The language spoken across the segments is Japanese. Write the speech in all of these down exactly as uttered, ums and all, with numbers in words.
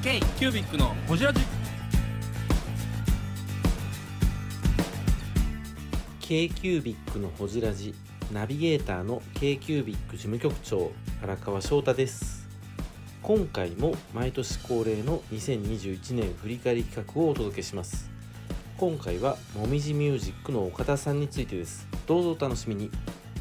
K キュービックのホジラジ K キュービックのホジラジナビゲーターの K キュービック事務局長荒川翔太です。今回も毎年恒例のにせんにじゅういちねん振り返り企画をお届けします。今回はもみじミュージックの岡田さんについてです。どうぞお楽しみに。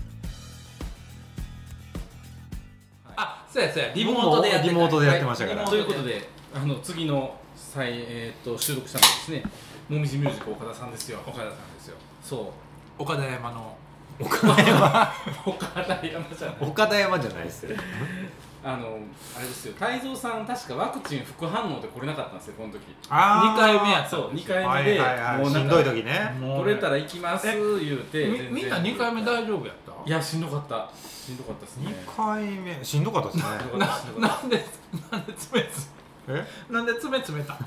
あ、そうやそうやリモートでやってリモートでやってましたから、 はい、ということであの次の再、えー、と収録したのはですねもみじミュージック岡田さんですよ。 岡田さんですよ。 そう岡田山の岡田山岡田山じゃない岡田山じゃないですよ。 あのあれですよ、泰造さん確かワクチン副反応で来れなかったんですよこの時。 にかいめやった。 そうにかいめで、 はいはいはい、 もうなんかしんどい時ね。 来れたら行きます言うてみみんなにかいめ大丈夫やった？ いやしんどかったしんどかったですね。 にかいめしんどかったですね。 ななんでなんで詰めつえなんで詰め詰めた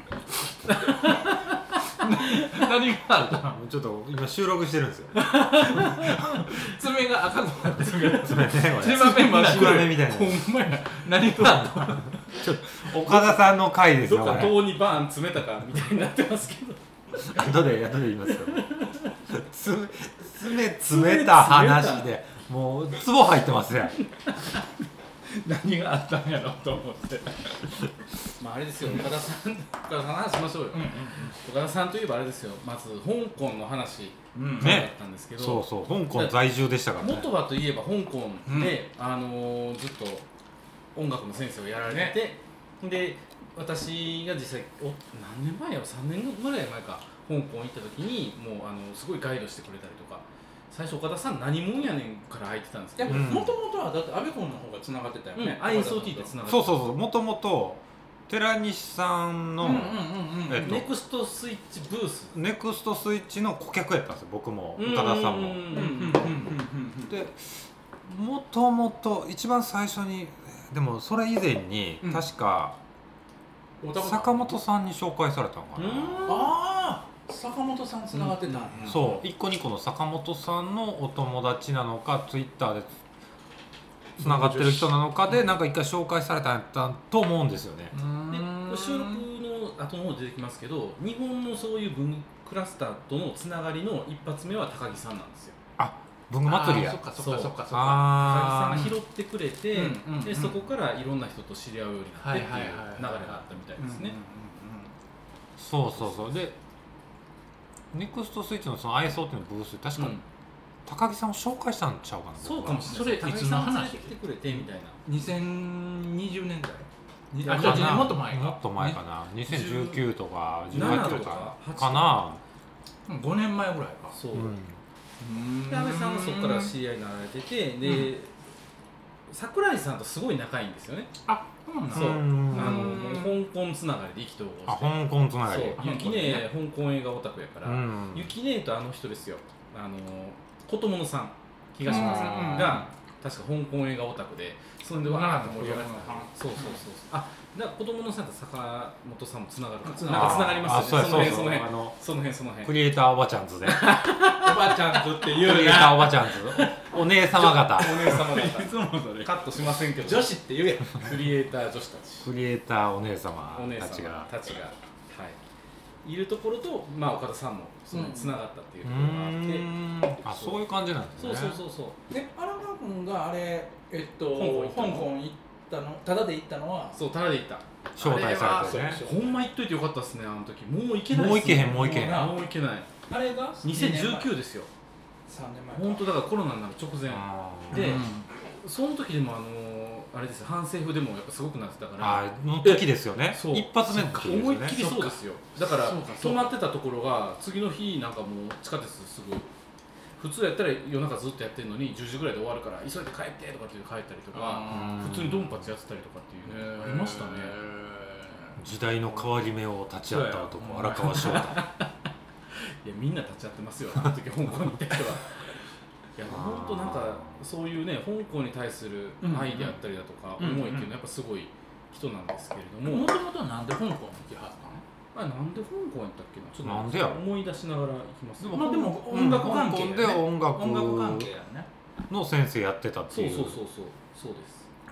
何があったの？ ちょっと今収録してるんですよ。 爪が赤くなって爪ね、これ。 爪目真っ爪黒目みたいな。 ほんまや。何があったの？ ちょっと岡田さんの回ですよ。 どっかこれ塔にバーン詰めたかみたいになってますけど後で後で言いますよ。爪爪詰めた話でもうツボ入ってますやん。 何があったんやろと思って。 まああれですよ、岡田さん岡田さんの話しましょうよ、 うんうん岡田さんといえばあれですよ、まず香港の話うんだったんですけど、 そうそう香港在住でしたからね。 元はといえば香港で、うん、あのー、ずっと音楽の先生をやられてて、ね、で私が実際お何年前よさんねんぐらい前か香港行った時にもうあのすごいガイドしてくれたりとか、最初岡田さん何者やねんから入ってたんですけど、 もともとはだってアベコンの方がつながってたよね、 うん、アイエスオーティー でつながってた。 そうそうそう、もともと寺西さんの、 うんうんうんうん、 えっとネクストスイッチブースネクストスイッチの顧客やったんですよ、僕も岡田さんも。でもともと一番最初にでもそれ以前に、うん、確か坂本さんに紹介されたのかな。 ああ坂本さんつながってた、 うん、そういっこにこの坂本さんのお友達なのかツイッターでつながってる人なのかでなんか一回紹介されたんやったと思うんですよね。 で収録の後の方出てきますけど、日本のそういう文具クラスターとのつながりの一発目は高木さんなんですよ。 あ、文具祭りや。 そっかそっかそっかそっか。 高木さんが拾ってくれて、うんうんうん、でそこからいろんな人と知り合うようになってっていう流れがあったみたいですね。 そうそうそう。でネクストスイッチのその アイエスオー っていうブース確か、うん、高木さんを紹介したんちゃうかな。 そうかもしれない。それいつの話？連れてきてくれてみたいな。 にせんにじゅうねんだい。 あ、じゃあもっと前か。もっと前かな。にせんじゅうきゅうとかじゅうはちとかかな。 ごねんまえぐらいか。 そう。うん、で安倍さんはそこから知り合いになられてて、で、うん、桜井さんとすごい仲いいんですよね。 あ、 そう。あの香港つながりで意気投合して。 あ、香港つながり。 そう。ゆきね香港映画オタクやから、ゆきねとあの人ですよ。あのことものさん、東村さんが確か香港映画オタクで、それでわーっと盛り上がってた。そうそうそう。あ、だから子供のさんと坂本さんもつながる。なんかつながりますよね。その辺その辺。その辺その辺。 クリエイターおばちゃんズで。おばちゃんズっていう。 クリエイターおばちゃんズ。お姉様方。 お姉様方。 いつもそれ。 カットしませんけど。 女子って言え。 クリエイター女子たち。 クリエイターお姉様たちが。 たちが。はい。いるところと、まあ岡田さんもそのつながったっていうところがあって。 あ、そういう感じなんですね。 そうそうそうそう。 で、荒川君があれえっと香港行ったの、タダで行ったのは。 そう、タダで行った。 招待されてね。 ほんま行っといてよかったですね、あの時。もう行けない。 もう行けへん、もう行けへん。 もう行けない。 あれがにせんじゅうきゅうですよ。 さんねんまえ。 本当だからコロナになる直前で、その時でもあのあれですよ、反政府でもやっぱすごくなってたから。 あの時ですよね。一発目の時ですよね。 思いっきりそうですよ。だから止まってたところが次の日なんかもう地下鉄すぐ。普通やったら夜中ずっとやってるのにじゅうじぐらいで終わるから急いで帰ってとかって帰ったりとか、普通にドンパチやってたりとかっていうね、ありましたね。 時代の変わり目を立ち会った男、荒川翔太。 いやみんな立ち会ってますよ、あの時香港に行った人は。いや本当なんかそういうね、香港に対する愛であったりだとか思いっていうのはやっぱすごい人なんですけれども。 もともとなんで香港に行きはったの？ あ、なんで香港やったっけな、ちょっとなんでや思い出しながら行きます。 でも、まあ、でも音楽関係、ね、 で音楽音楽関係やねの先生やってたっていう。 そうそうそうそうそうです。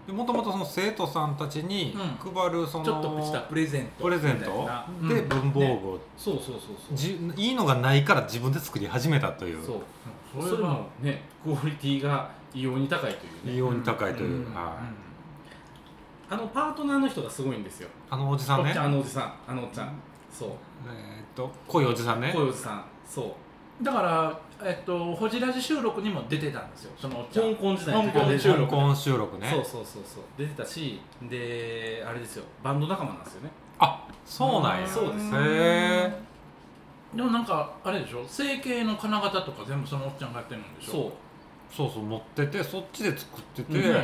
もともとその生徒さんたちに配るその、 ちょっとしたプレゼントプレゼントで文房具を、ね、 そうそうそうそうじいいのがないから自分で作り始めたという。 そう、うん、それもねクオリティが異様に高いというね。 異様に高いという、 うんうん、 はい、 あのパートナーの人がすごいんですよ。 あのおじさんね。 あのおじさん、あのおっちゃん、そう。 えー、っと濃いおじさんね。 濃いおじさん、そう。 だから、えっと、ホジラジ収録にも出てたんですよ、そのおっちゃん。 香港時代の香港収録、香港収録ね。 そうそうそうそう、出てたし、で、あれですよ、バンド仲間なんですよね。 あ、そうなんや。 そうです。 へえ。 でもなんかあれでしょ、成形の金型とか全部そのおっちゃんがやってるんでしょ。 そう。 そうそう持ってて、そっちで作ってて、うん、うん、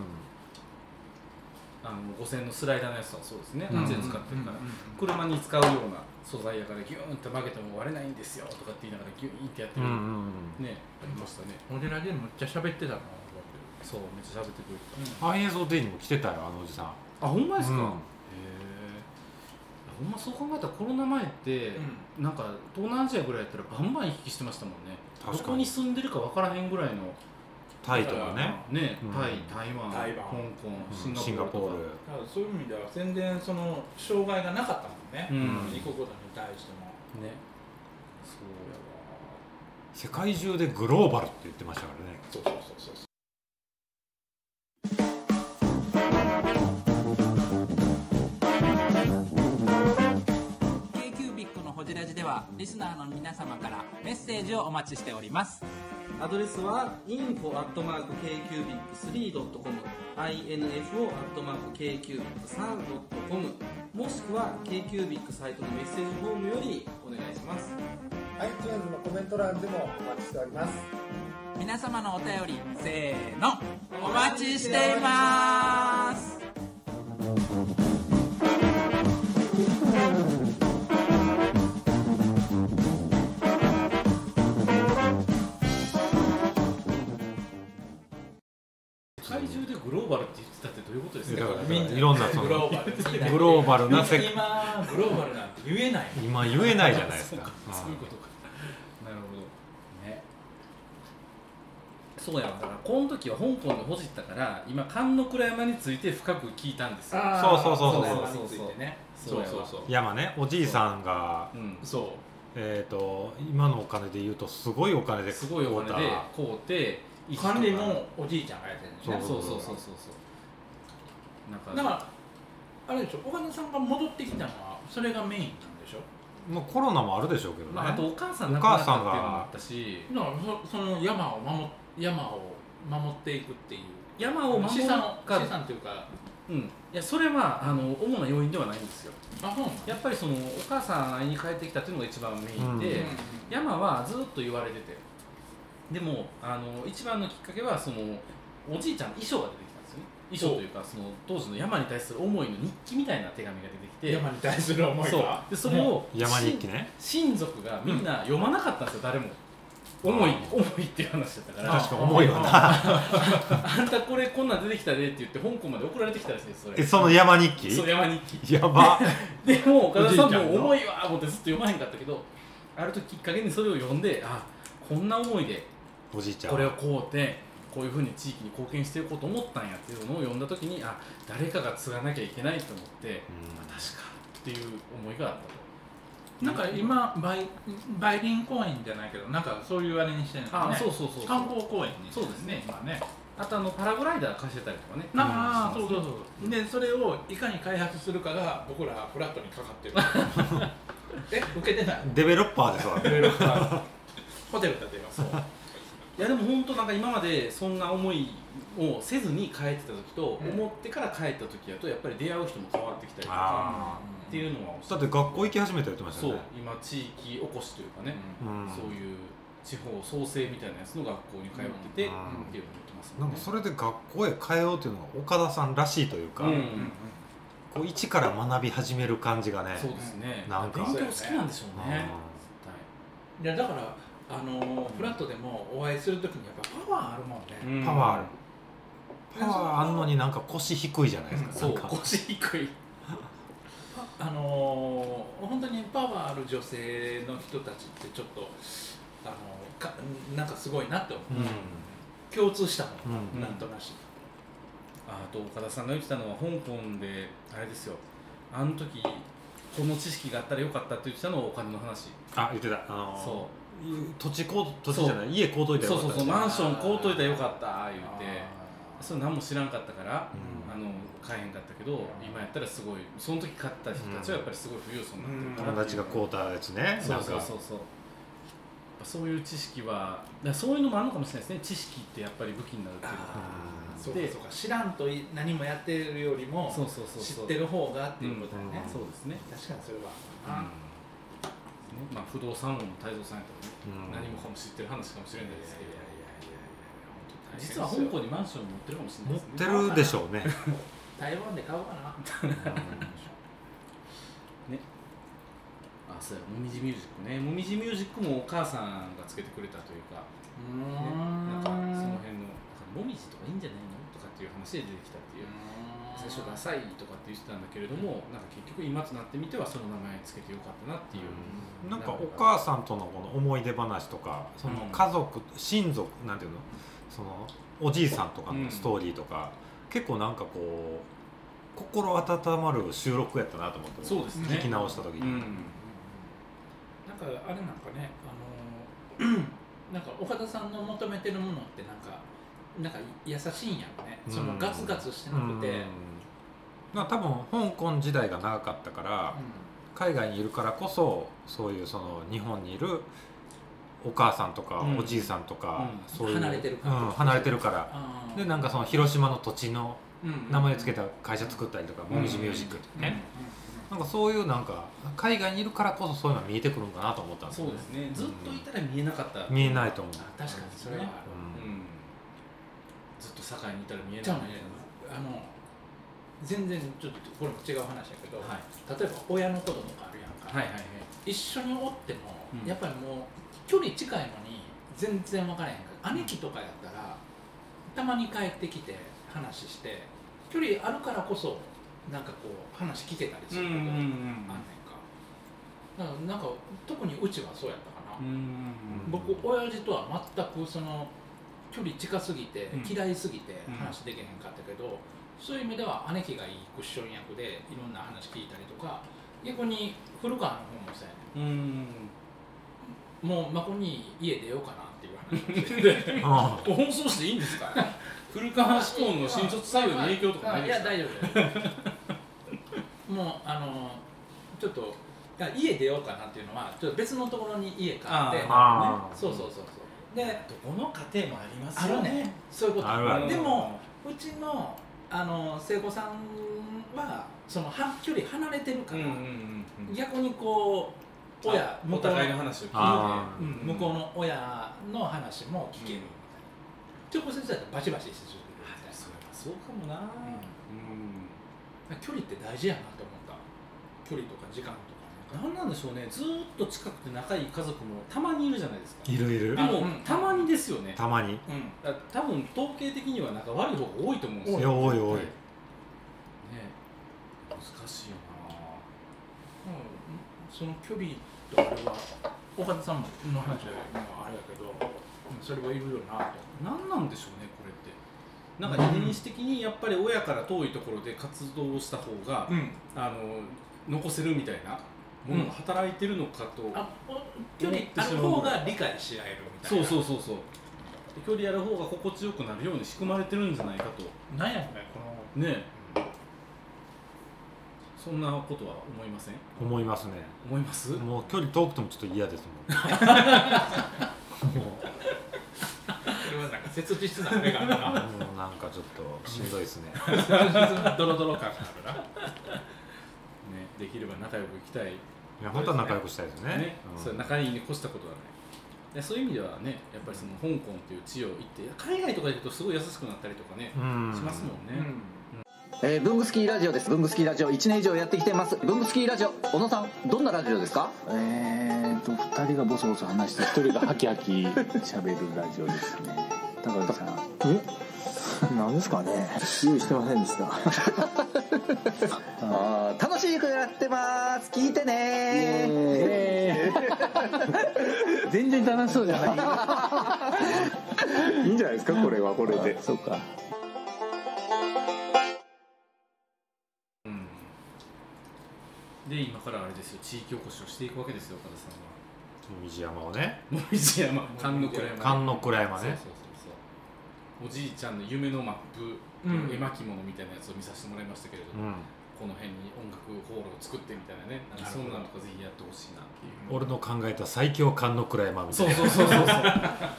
あのごせんのスライダーのやつはそうですね、あっちで使ってるから、車に使うような素材やからギューンって曲げても割れないんですよとかって言いながらギューンってやってる、うんうん、ね、ありましたね。 モデラでめっちゃ喋ってたの。 そう、めっちゃ喋ってくれてた、うん、ああ映像デーにも来てたよ、あのおじさん。 あ、ほんまですか、うん、へえ。ほんまそう考えたらコロナ前って、うん、なんか東南アジアぐらいやったらバンバン行き来してましたもんね。どこに住んでるか分からへんぐらいの。 タイとかね、 ね、うん、タイ、台湾、香港、シンガポール、 だからそういう意味では全然その障害がなかったもんね、うん、行くことに対してもね。そうやわ。 世界中でグローバルって言ってましたからね。 そうそうそうそう。ホジラジではリスナーの皆様からメッセージをお待ちしております。 アドレスは インフォ アットマーク ケーキュービックスリー ドット コム インフォ アットマーク ケーキュービックスリー ドット コム もしくは KQBIC サイトのメッセージフォームよりお願いします。 iTunes のコメント欄でもお待ちしております。 皆様のお便りせーのお待ちしています。 世界中でグローバルって言ってたってどういうことですか。 だからいろんなそのグローバルグローバルな世界、 今グローバルなんて言えない。 今言えないじゃないですか。 そういうことか。なるほどね。そうやわ。だからこの時は香港でほじったから今関の倉山について深く聞いたんですよ。 そうそうそうそうそうそうそうそうそうそう。 山ね、おじいさんが、 うん、 そう。 えっと今のお金で言うとすごいお金ですごいお金で買うて。 管理もおじいちゃんがやってるんですね。 そうそうそうそうそうなんかだからあれでしょ、岡田さんが戻ってきたのはそれがメインなんでしょ。 まあコロナもあるでしょうけどね、 まあ、あとお母さん亡くなったっていうのもあったし、 だから そ, その山を守山を守っていくっていう山を守る資産資産というか、 うん、いやそれはあの主な要因ではないんですよ。 あ、そうやっぱりそのお母さん会いに帰ってきたっていうのが一番メインで、うん、山はずっと言われてて、でもあの一番のきっかけはそのおじいちゃんの遺書が出てきたんですよね。遺書というかその当時の山に対する思いの日記みたいな手紙が出てきて、 山に対する思いが、 そうでそれを、 うん、山日記ね、 親族がみんな読まなかったんですよ、誰も。重い重いっていう話だったから、 確か重いわなあんたこれこんなん出てきたでって言って香港まで送られてきたらしいです。それえその山日記、 そう山日記やばでも岡田さんも重いわ思ってずっと読まへんかったけど、ある時きっかけにそれを読んで、あこんな思いでおじいちゃんこれをこうてこういうふうに地域に貢献していこうと思ったんやっていうのを読んだ時に、あ誰かが継がなきゃいけないと思って、うん、まあ、確かっていう思いがあったと。 なんか今梅梅林公園じゃないけどなんかそういうあれにしてるんですね。 あ、そうそうそうそう、 観光公園に。 そうですね、今ね。あとあのパラグライダー貸してたりとかね。 ああ、そうそうそう。でそれをいかに開発するかが僕らフラットにかかってる。え、受けてない。 デベロッパーですわ。 デベロッパー。ホテル建てよう。そう。 いやでも本当なんか今までそんな思いをせずに帰ってた時と、うん、思ってから帰った時だとやっぱり出会う人も変わってきたりとかっていうのは、 だって学校行き始めた言ってましたよね。 そう、今地域おこしというかね、うん、そういう地方創生みたいなやつの学校に通ってて、うん、っていうのを言ってますね。 なんかそれで学校へ通うっていうのが岡田さんらしいというか、うん、こう一から学び始める感じがね。 そうですね。 なんか勉強好きなんでしょうね。 いやだからあのフラットでもお会いするときにやっぱパワーあるもんね、 うん、パワーあるパワーあんのになんか腰低いじゃないですか、 うん、そう腰低いあのー、本当にパワーある女性の人たちってちょっとあのー、かなんかすごいなって思う、うん、共通したもの、うん、なんとなしああと岡田さんが言ってたのは香港であれですよ、あの時この知識があったらよかったって言ってたのはお金の話。 あ、言ってた、あのー、 そう土地こ土地じゃない家買うといたらよかった、 そうそうそう、マンション買うといたらよかった言って、それ何も知らんかったから、 うん、 あの買えへんかったけど、今やったらすごい、その時買った人たちはやっぱりすごい富裕層になってるから、 友達が買うたやつね、 そうそうそうそう、そういう知識は、だそういうのもあるのかもしれないですね。知識ってやっぱり武器になるっていうか、 そうかそうか、知らんと何もやってるよりもそうそうそうそう知ってる方がっていうことだよね、 うん、そうですね。 確かにそれはあるな、 うん、まあ不動産王の泰造さんやったらね、うん、何もかも知ってる話かもしれないですけど、実は香港にマンション持ってるかもしれないですね。 持ってるでしょうね。 台湾で買おうかな。 ね。あ、そうや、もみじミュージックね。もみじミュージックもお母さんがつけてくれたというか、 うーね、なんかそのん辺のもみじとかいいんじゃないのとかっていう話で出てきたっていう。最初ダサいとかって言ってたんだけれども、なんか結局今となってみてはその名前つけてよかったなっていう。 なんかお母さんとのこの思い出話とか、その家族、うん、親族なんていうの、そのおじいさんとかのストーリーとか、うん、結構なんかこう心温まる収録やったなと思って、 そうですね、 聞き直した時に、うん、 なんかあれなんかね、あのなんか岡田さんの求めてるものってなんかなんか優しいんやろね、うん、そのガツガツしてなくて、うん、 多分香港時代が長かったから、うん、海外にいるからこそそういうその日本にいるお母さんとか、うん、おじいさんとか、うん、そういう離れてるから、 うん、離れてるからで、なんかその広島の土地の名前つけた会社作ったりとか、もみじミュージックってね、なんかそういうなんか海外にいるからこそそういうのが見えてくるんかなと思ったんですよね。 そうですね、ずっといたら見えなかった、 見えないと思う。 確かにそれはある、 うん、ずっと堺にいたら見えない。 じゃあね、あの全然ちょっとこれも違う話だけど、はい、例えば親のこととかあるやんか、はいはいはい、一緒におっても、うん、やっぱりもう距離近いのに全然分からへんから、うん、姉貴とかやったらたまに帰ってきて話して距離あるからこそなんかこう話聞けたりすることがあんねんか、だからなんか特にうちはそうやったかな、うん、僕親父とは全くその距離近すぎて、うん、嫌いすぎて話できへんかったけど、うん、そういう意味では姉貴がいいクッション役でいろんな話聞いたりとか、逆に古川の方もそうやねん、うん、もうまこに家出ようかなっていう話をしてて放送していいんですか古川志向の新卒採用に影響とかないですか？ いや大丈夫もうあのちょっと家出ようかなっていうのはちょっと別のところに家買って、 あそうそうそうそうでどこの家庭もありますよね。 あるね、そういうことあるある。 でもうちのあの聖子さんはそのは距離離れてるから、うんうんうん、逆にこう親お互いの話を聞いて、 うん、向こうの親の話も聞けるみたいな。直接だとバチバチしてるみたいな。 そうかもな、うんうん、距離って大事やなと思った。距離とか時間とか。 何なんでしょうね、ずーっと近くて仲いい家族もたまにいるじゃないですか。 いるいる。 でも、うん、たまにですよね。 たまに。 うん、だ多分統計的には仲悪い方が多いと思うんですよ。 いや多い多い。ね、 難しいよな。 うん、その距離とあれは岡田さんの話はあれやけど、それはいるよなと。 何なんでしょうねこれって。なんか遺伝子的にやっぱり親から遠いところで活動した方が、うん、あの残せるみたいな。ものが働いてるのかと、うん、 あ距離ある方が理解し合えるみたいな。 そうそうそうそう。距離ある方が心地よくなるように仕組まれてるんじゃないかと。 なんやろねこのね、うん、そんなことは思いません？ 思いますね。 思います？ もう距離遠くてもちょっと嫌ですもん。もうそれはなんか切実なあれがあるな。もうなんかちょっとしんどいですね。 ドロドロ感があるな。 ね、できれば仲良くいきたい。 いや本当は仲良くしたいですね。ね、 うん、それ仲いいに越したことはない。でそういう意味ではね、やっぱりその香港っていう地を行って海外とか行くとすごい優しくなったりとかね、うん、しますもんね。 うん、えー、ブングスキーラジオです。ブングスキーラジオいちねん以上やってきてます。ブングスキーラジオ、小野さんどんなラジオですか？ えーとふたりがボソボソ話してひとりがハキハキ喋るラジオですね。高木さん、えなんですかね、用意してませんでしたあ楽しくやってます、聞いてねー全然楽しそうじゃないいいんじゃないですかこれはこれで。そうか。 で今からあれですよ、地域おこしをしていくわけですよ岡田さんは。 もみじ山をね、 もみじ山、観音倉山、 観音倉山ね。 そうそうそうそう。おじいちゃんの夢のマップ、うん、絵巻物みたいなやつを見させてもらいましたけれども、うん、この辺に音楽ホールを作ってみたいなね、なんかそんなのとかぜひやってほしいなっていう。 俺の考えた最強観音倉山みたいな。 そうそうそうそうそう。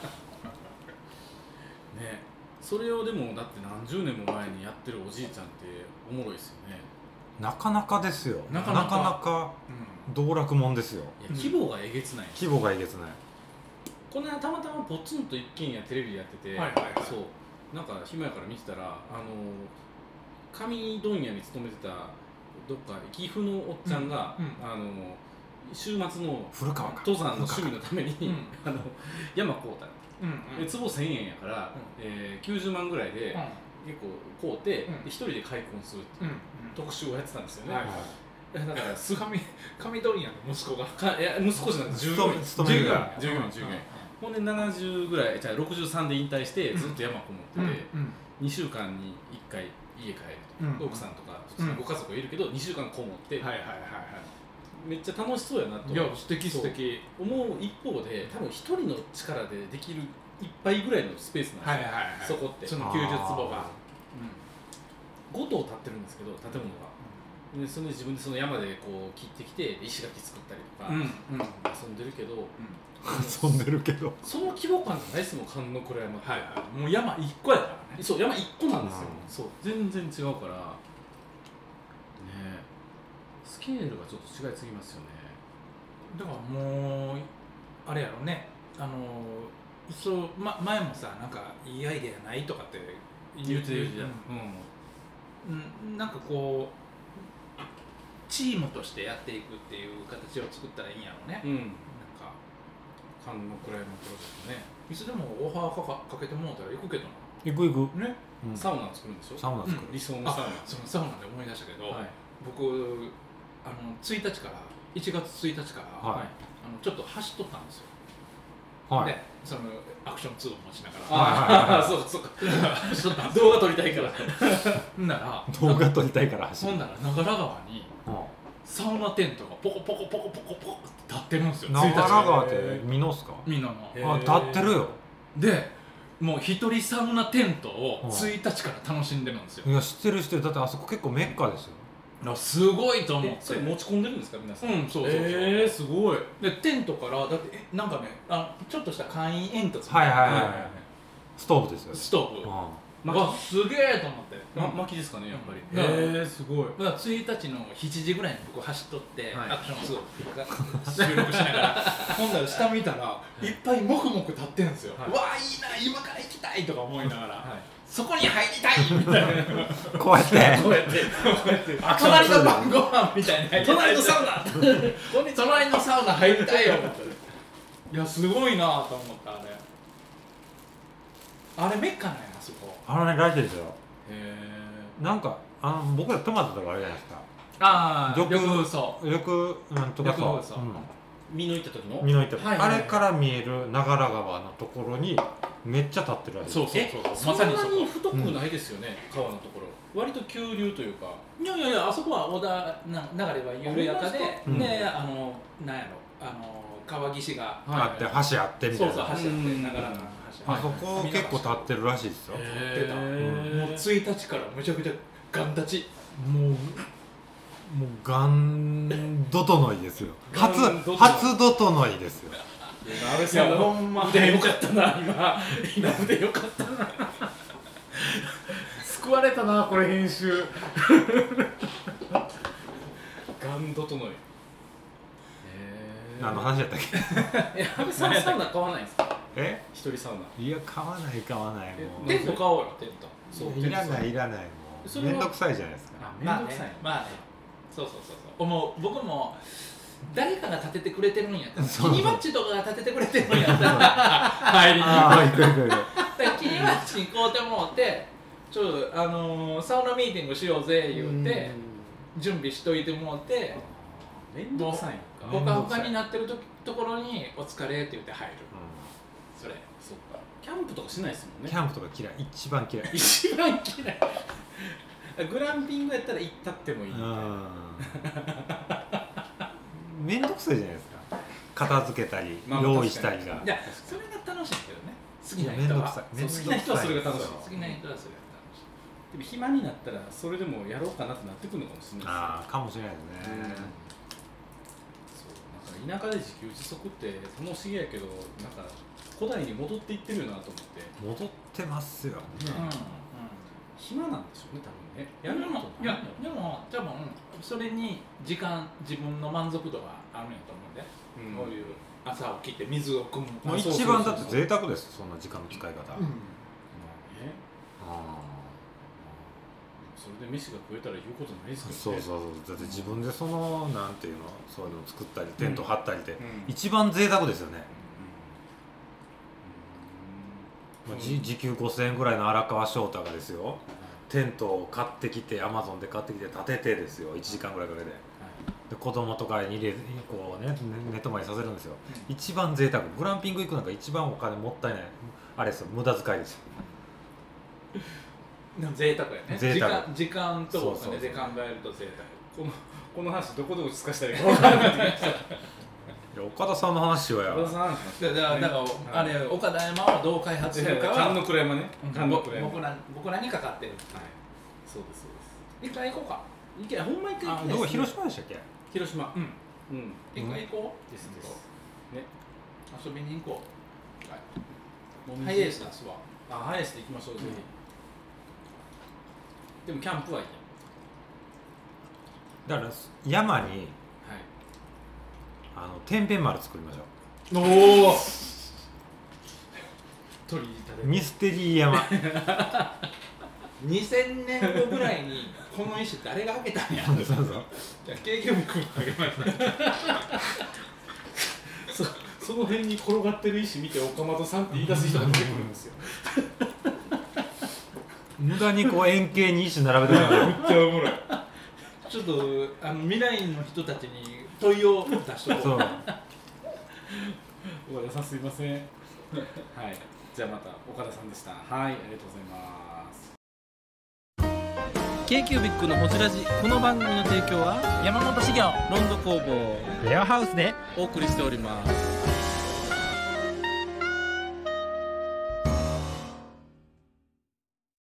ね、それをでもだって何十年も前にやってるおじいちゃんっておもろいですよね。 なかなかですよ。なかなか、なかなか道楽もんですよ。 いや規模がえげつない。 規模がえげつない。 この間たまたまポツンと一軒家テレビでやってて、はいはいはい、そうなんか暇やから見てたら、あの紙問屋に勤めてたどっか岐阜のおっちゃんが、うんうん、あの週末の登山の趣味のために、うん、あの山買うた。うんうん、坪せんえんやから、うんえー、きゅうじゅうまんぐらいで、うん、結構買うて、うん、一人で開墾するっていう、うん、特集をやってたんですよね、はいはい、だからす紙紙問屋の息子がかいや息子じゃなくて従業員従業員従業員従業員ほんでななじゅうぐらいじゃあろくじゅうさんで引退してずっと山こもってて、うんうん、にしゅうかんにいっかい家帰ると、うん、奥さんとか普通にご家族がいるけど、うん、にしゅうかんこもって、はいはいはいはいめっちゃ楽しそうやなと。 いや素敵素敵思う一方で多分一人の力でできるいっぱいぐらいのスペースなんですよ、はいはいはい、そこってそのきゅうじゅう坪が、 うん、ご棟建ってるんですけど建物が、うん、でそれで自分でその山でこう切ってきて石垣作ったりとか、うんうん、遊んでるけど、うん、 遊んでるけどその規模感じゃないですもん観音倉山って、はいはい、もう山いっこやからね。 そう山いっこなんですよ、うん、そう全然違うからね。スケールがちょっと違いすぎますよね。 だからもうあれやろね、あのそう、ま、前もさなんかいいアイデアないとかって言ってるじゃん、 うんうん、なんかこうチームとしてやっていくっていう形を作ったらいいんやろうね、うん、なんか観音倉山プロジェクトね。 いつでもオファーかかけてもらったら行くけどな。 行く行くね、 うん、サウナ作るんでしょ。 サウナ作る、 うん、理想のサウナ。 そのサウナで思い出したけど、はい、僕あのついたちからいちがつついたちから、はい、あのちょっと走っとったんですよ、はい、でそのアクションツーを持ちながら、 ああそうかそうか走っとったんですよ。動画撮りたいからほんなら動画撮りたいから走る。 ほんなら長良川に、うん、サウナテントがポコポコポコポコポコって立ってるんですよ。 長良川って美濃っすか。 美濃のあ立ってるよ。 でもう一人サウナテントをついたちから楽しんでるんですよ。 いや知ってる知ってる。だってあそこ結構メッカですよ。 すごいと思って。 それ持ち込んでるんですか皆さん。 うんそうそうそう。 えー、すごい。 でテントからだってえなんかねあちょっとした簡易煙突はいはいはい、はい、ストーブですよ。 ストーブ。うん、わすげえと思って。 ま薪ですかねやっぱり。 へえー、すごい。だからついたちのしちじぐらいに僕走っとって、はい、アクションツーを収録しながらほんなら下見たらいっぱいもくもく立ってるんですよ。はい、うわいいな今から行きたいとか思いながら。はいそこに入りたいみたいなこうやってこうやってこうやって隣の晩ご飯みたいな隣のサウナ隣のサウナ入りたいよいやすごいなと思ったあれあれメッカなんやあそこあのねらしいですよ。へえ。なんかあの僕らトマトとかあるじゃないですか。 ああ緑風荘緑なんとかそう見抜いた時の見抜いた時、はいはいはい、あれから見える長良川のところにめっちゃ立ってるわけです。 そうそうそうまさにそんなに太くないですよね、うん、川のところ割と急流というか。 いやいやいやあそこは小田な流れは緩やかで、うん、であのなんやろあの川岸があって橋あってみたいな。 そうそう橋あって長良川の橋あそこ結構立ってるらしいですよ。 立ってた。もうついたちからむちゃくちゃガン立ちもうもうガンド整いですよ。初初ド整いですよ。 安倍さんのほんま腕良かったな今今腕良かったな救われたなこれ編集ガンド整い。 何の話やったっけ。 え安倍さんサウナ買わないんですか。 え一人サウナ。 いや買わない買わないもう。 テント買おうよテント。 そういらないいらないもうめんどくさいじゃないですか。 めんどくさいまあねそうそうそうそう思う。僕も誰かが立ててくれてるんやったらキニマッチとかが立ててくれてるんやったら入りに行く行く行くキニマッチに買うてもってちょっとあのー、サウナミーティングしようぜ言って準備しといてもってめんどくさいほかほかになってるとところにお疲れって言って入る、うん、それそっかキャンプとかしないですもんね。 キャンプとか嫌い一番嫌い一番嫌いグランピングやったら行ったってもいいみたいな面倒くさいじゃないですか。片付けたり、まあ、用意したりが。 いやそれが楽しいけどね。好きな人は好きな人はそれが楽しい。好きな人はそれが楽しい。 でも暇になったらそれでもやろうかなってなってくるのかもしれないですね。 ああかもしれないですね。 そうなんか田舎で自給自足って楽しげやけどなんか古代に戻っていってるよなと思って。 戻ってますよね。うんうん、 暇なんでしょうね多分ね。 やるのいやでも多分それに時間自分の満足度があるんやと思うんで、うん、こういう朝起きて水を汲む。 まあ、一番だって贅沢です。そんな時間の使い方。うん、まあね。 ああ。それで飯が食えたら言うことないですけどね。 そうそうそう。だって自分でそのなんていうのそういうのを作ったりテント張ったりって、うん、一番贅沢ですよね。まあ、時給ごせんえんぐらいの荒川翔太がですよ、テントを買ってきてアマゾンで買ってきて建ててですよいちじかんぐらいかけて、で子供とかに入れこうね寝泊まりさせるんですよ、うん、一番贅沢。グランピング行くなんか一番お金もったいないあれですよ、無駄遣いですよ。 贅沢やね。 贅沢時間とお金で考えると贅沢。このこの話どこで落ち着かせたらいいか分からなくなってきました。 岡田さんの話はや。 岡田さんだからだからあれ岡田山をどう開発するかは菅野倉山ね。 僕ら僕らにかかってる。はい。 そうですそうです。一回行こうか。 行けほんま一回行きたいです。 どこ広島でしたっけ？ 広島。うん。 うん。一回行こう。 ですです。ね。 遊びに行こう。はい。ハイエース出すわ。 あハイエースで行きましょうぜひ。でもキャンプはいい。 だから山に。あの天変丸作りましょう。おお。鳥居立てミステリー山。 にせんねんごぐらいにこの石誰が開けたんや。そうそう。じゃあケーキも君開けました。 そその辺に転がってる石見て岡本さんって言い出す人が出てくるんですよ。 無駄にこう円形に石並べてるのめっちゃおもろい。 ちょっとあの未来の人たちに問いを出しとこう。 岡田さんすいません。はい。じゃあまた岡田さんでした。はい、ありがとうございます。 k キュービックのホジラジ、この番組の提供は山本資源ロンド工房レアハウスでお送りしております。